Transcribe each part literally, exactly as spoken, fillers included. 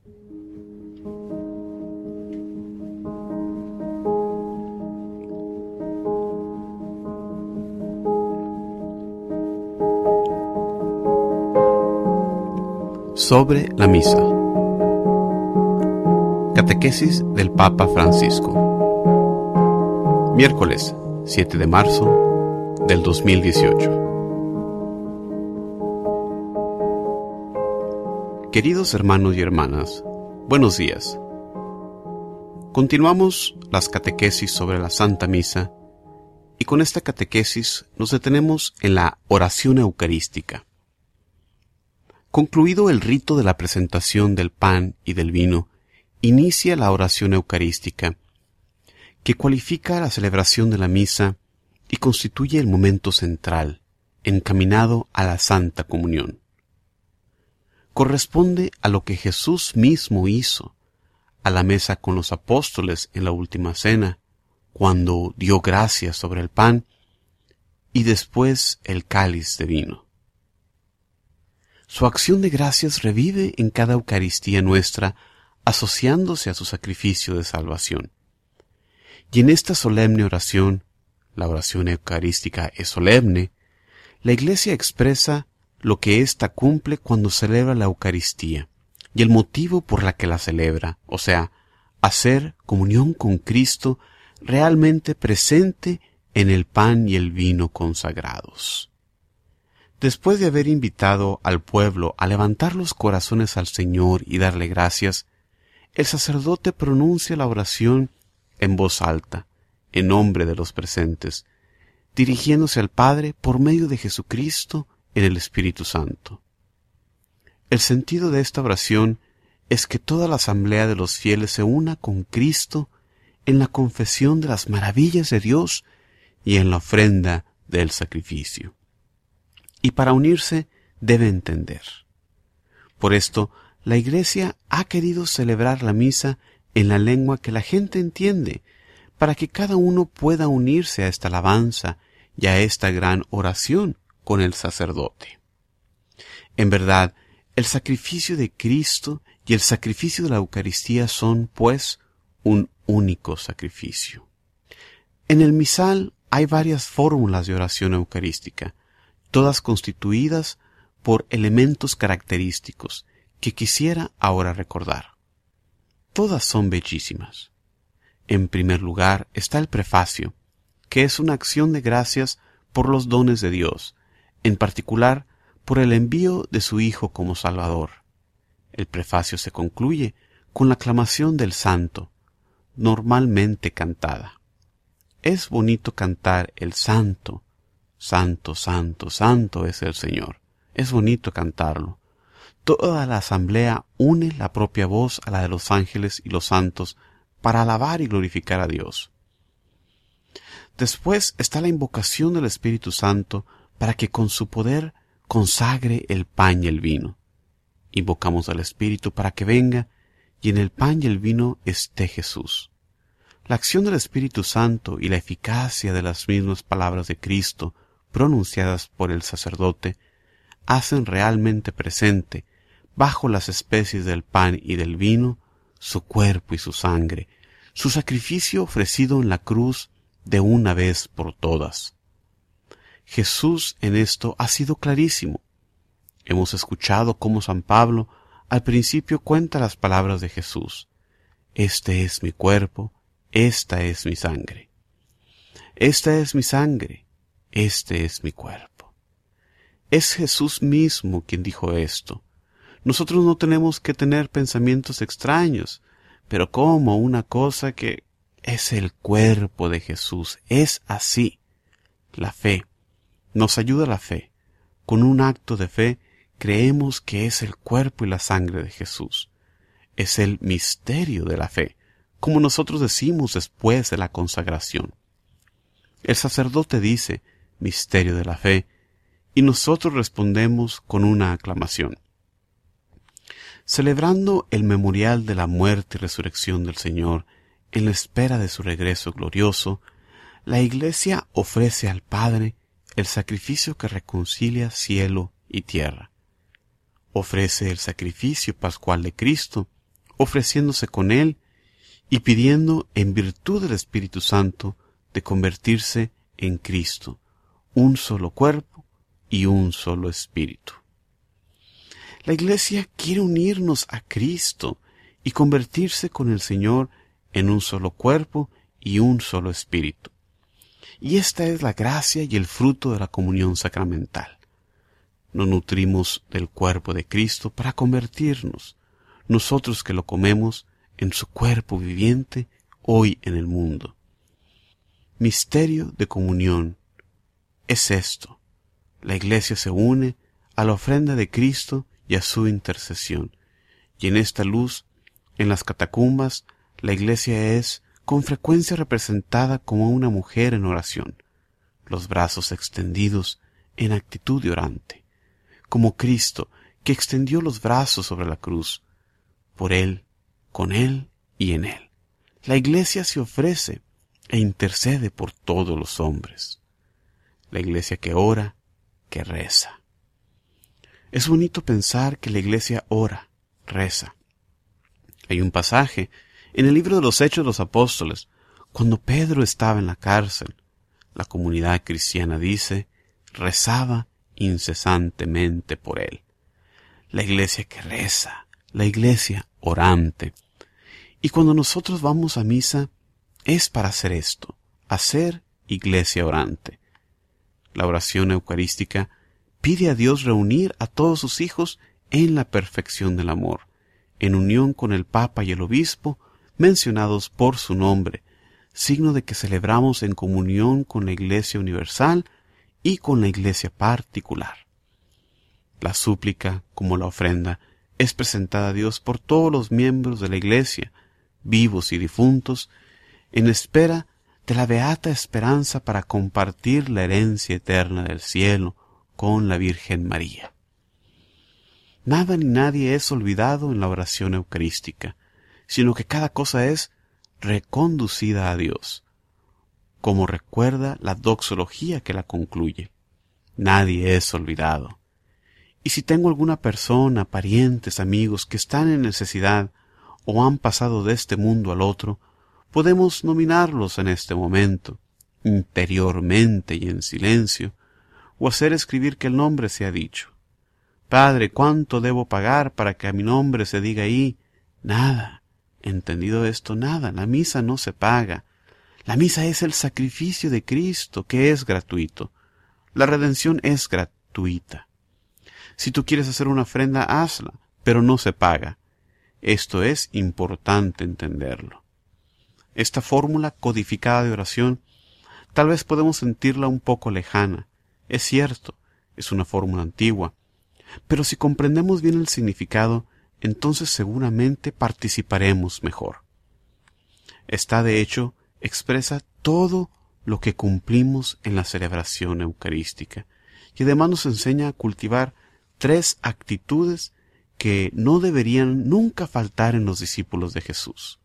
Sobre la misa. Catequesis del Papa Francisco. Miércoles siete de marzo del dos mil dieciocho. Queridos hermanos y hermanas, buenos días. Continuamos las catequesis sobre la Santa Misa y con esta catequesis nos detenemos en la oración eucarística. Concluido el rito de la presentación del pan y del vino, inicia la oración eucarística, que cualifica la celebración de la misa y constituye el momento central, encaminado a la Santa Comunión. Corresponde a lo que Jesús mismo hizo a la mesa con los apóstoles en la última cena, cuando dio gracias sobre el pan y después el cáliz de vino. Su acción de gracias revive en cada Eucaristía nuestra, asociándose a su sacrificio de salvación. Y en esta solemne oración, la oración eucarística es solemne, la Iglesia expresa lo que ésta cumple cuando celebra la Eucaristía, y el motivo por la que la celebra, o sea, hacer comunión con Cristo realmente presente en el pan y el vino consagrados. Después de haber invitado al pueblo a levantar los corazones al Señor y darle gracias, el sacerdote pronuncia la oración en voz alta, en nombre de los presentes, dirigiéndose al Padre por medio de Jesucristo en el Espíritu Santo. El sentido de esta oración es que toda la asamblea de los fieles se una con Cristo en la confesión de las maravillas de Dios y en la ofrenda del sacrificio. Y para unirse debe entender. Por esto, la Iglesia ha querido celebrar la misa en la lengua que la gente entiende, para que cada uno pueda unirse a esta alabanza y a esta gran oración con el sacerdote. En verdad, el sacrificio de Cristo y el sacrificio de la Eucaristía son, pues, un único sacrificio. En el misal hay varias fórmulas de oración eucarística, todas constituidas por elementos característicos que quisiera ahora recordar. Todas son bellísimas. En primer lugar está el prefacio, que es una acción de gracias por los dones de Dios, en particular por el envío de su Hijo como Salvador. El prefacio se concluye con la aclamación del Santo, normalmente cantada. Es bonito cantar el Santo, Santo, Santo, Santo es el Señor. Es bonito cantarlo. Toda la asamblea une la propia voz a la de los ángeles y los santos para alabar y glorificar a Dios. Después está la invocación del Espíritu Santo para que con su poder consagre el pan y el vino. Invocamos al Espíritu para que venga y en el pan y el vino esté Jesús. La acción del Espíritu Santo y la eficacia de las mismas palabras de Cristo pronunciadas por el sacerdote, hacen realmente presente, bajo las especies del pan y del vino, su cuerpo y su sangre, su sacrificio ofrecido en la cruz de una vez por todas. Jesús en esto ha sido clarísimo. Hemos escuchado cómo San Pablo al principio cuenta las palabras de Jesús: Este es mi cuerpo, esta es mi sangre. Esta es mi sangre. Este es mi cuerpo. Es Jesús mismo quien dijo esto. Nosotros no tenemos que tener pensamientos extraños, pero como una cosa que es el cuerpo de Jesús. Es así. La fe. Nos ayuda la fe. Con un acto de fe creemos que es el cuerpo y la sangre de Jesús. Es el misterio de la fe, como nosotros decimos después de la consagración. El sacerdote dice, misterio de la fe, y nosotros respondemos con una aclamación. Celebrando el memorial de la muerte y resurrección del Señor en la espera de su regreso glorioso, la Iglesia ofrece al Padre el sacrificio que reconcilia cielo y tierra. Ofrece el sacrificio pascual de Cristo ofreciéndose con Él y pidiendo en virtud del Espíritu Santo de convertirse en Cristo, un solo cuerpo y un solo espíritu. La Iglesia quiere unirnos a Cristo y convertirse con el Señor en un solo cuerpo y un solo espíritu. Y esta es la gracia y el fruto de la comunión sacramental. Nos nutrimos del cuerpo de Cristo para convertirnos, nosotros que lo comemos, en su cuerpo viviente hoy en el mundo. Misterio de comunión es esto. La Iglesia se une a la ofrenda de Cristo y a su intercesión. Y en esta luz, en las catacumbas, la Iglesia es con frecuencia representada como una mujer en oración, los brazos extendidos en actitud de orante, como Cristo que extendió los brazos sobre la cruz, por Él, con Él y en Él. La Iglesia se ofrece e intercede por todos los hombres. La Iglesia que ora, que reza. Es bonito pensar que la Iglesia ora, reza. Hay un pasaje en el libro de los Hechos de los Apóstoles, cuando Pedro estaba en la cárcel. La comunidad cristiana dice, rezaba incesantemente por él. La Iglesia que reza, la Iglesia orante. Y cuando nosotros vamos a misa, es para hacer esto, hacer Iglesia orante. La oración eucarística pide a Dios reunir a todos sus hijos en la perfección del amor, en unión con el Papa y el Obispo, mencionados por su nombre, signo de que celebramos en comunión con la Iglesia universal y con la Iglesia particular. La súplica, como la ofrenda, es presentada a Dios por todos los miembros de la Iglesia, vivos y difuntos, en espera de la beata esperanza para compartir la herencia eterna del cielo con la Virgen María. Nada ni nadie es olvidado en la oración eucarística, sino que cada cosa es reconducida a Dios, como recuerda la doxología que la concluye. Nadie es olvidado. Y si tengo alguna persona, parientes, amigos que están en necesidad o han pasado de este mundo al otro, podemos nominarlos en este momento, interiormente y en silencio, o hacer escribir que el nombre sea dicho. Padre, ¿cuánto debo pagar para que a mi nombre se diga ahí? Nada. Entendido esto, nada. La misa no se paga. La misa es el sacrificio de Cristo, que es gratuito. La redención es gratuita. Si tú quieres hacer una ofrenda, hazla, pero no se paga. Esto es importante entenderlo. Esta fórmula codificada de oración, tal vez podemos sentirla un poco lejana. Es cierto, es una fórmula antigua, pero si comprendemos bien el significado, entonces seguramente participaremos mejor. Esta, de hecho, expresa todo lo que cumplimos en la celebración eucarística, y además nos enseña a cultivar tres actitudes que no deberían nunca faltar en los discípulos de Jesús.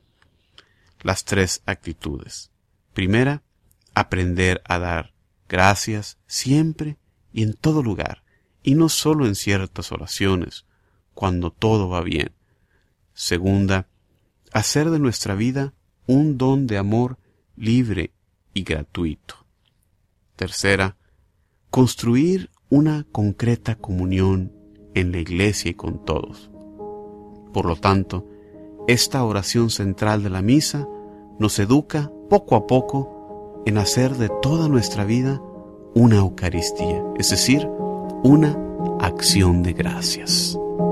Las tres actitudes. Primera, aprender a dar gracias siempre y en todo lugar, y no solo en ciertas oraciones, cuando todo va bien. Segunda, hacer de nuestra vida un don de amor libre y gratuito. Tercera, construir una concreta comunión en la Iglesia y con todos. Por lo tanto, esta oración central de la misa nos educa poco a poco en hacer de toda nuestra vida una Eucaristía, es decir, una acción de gracias.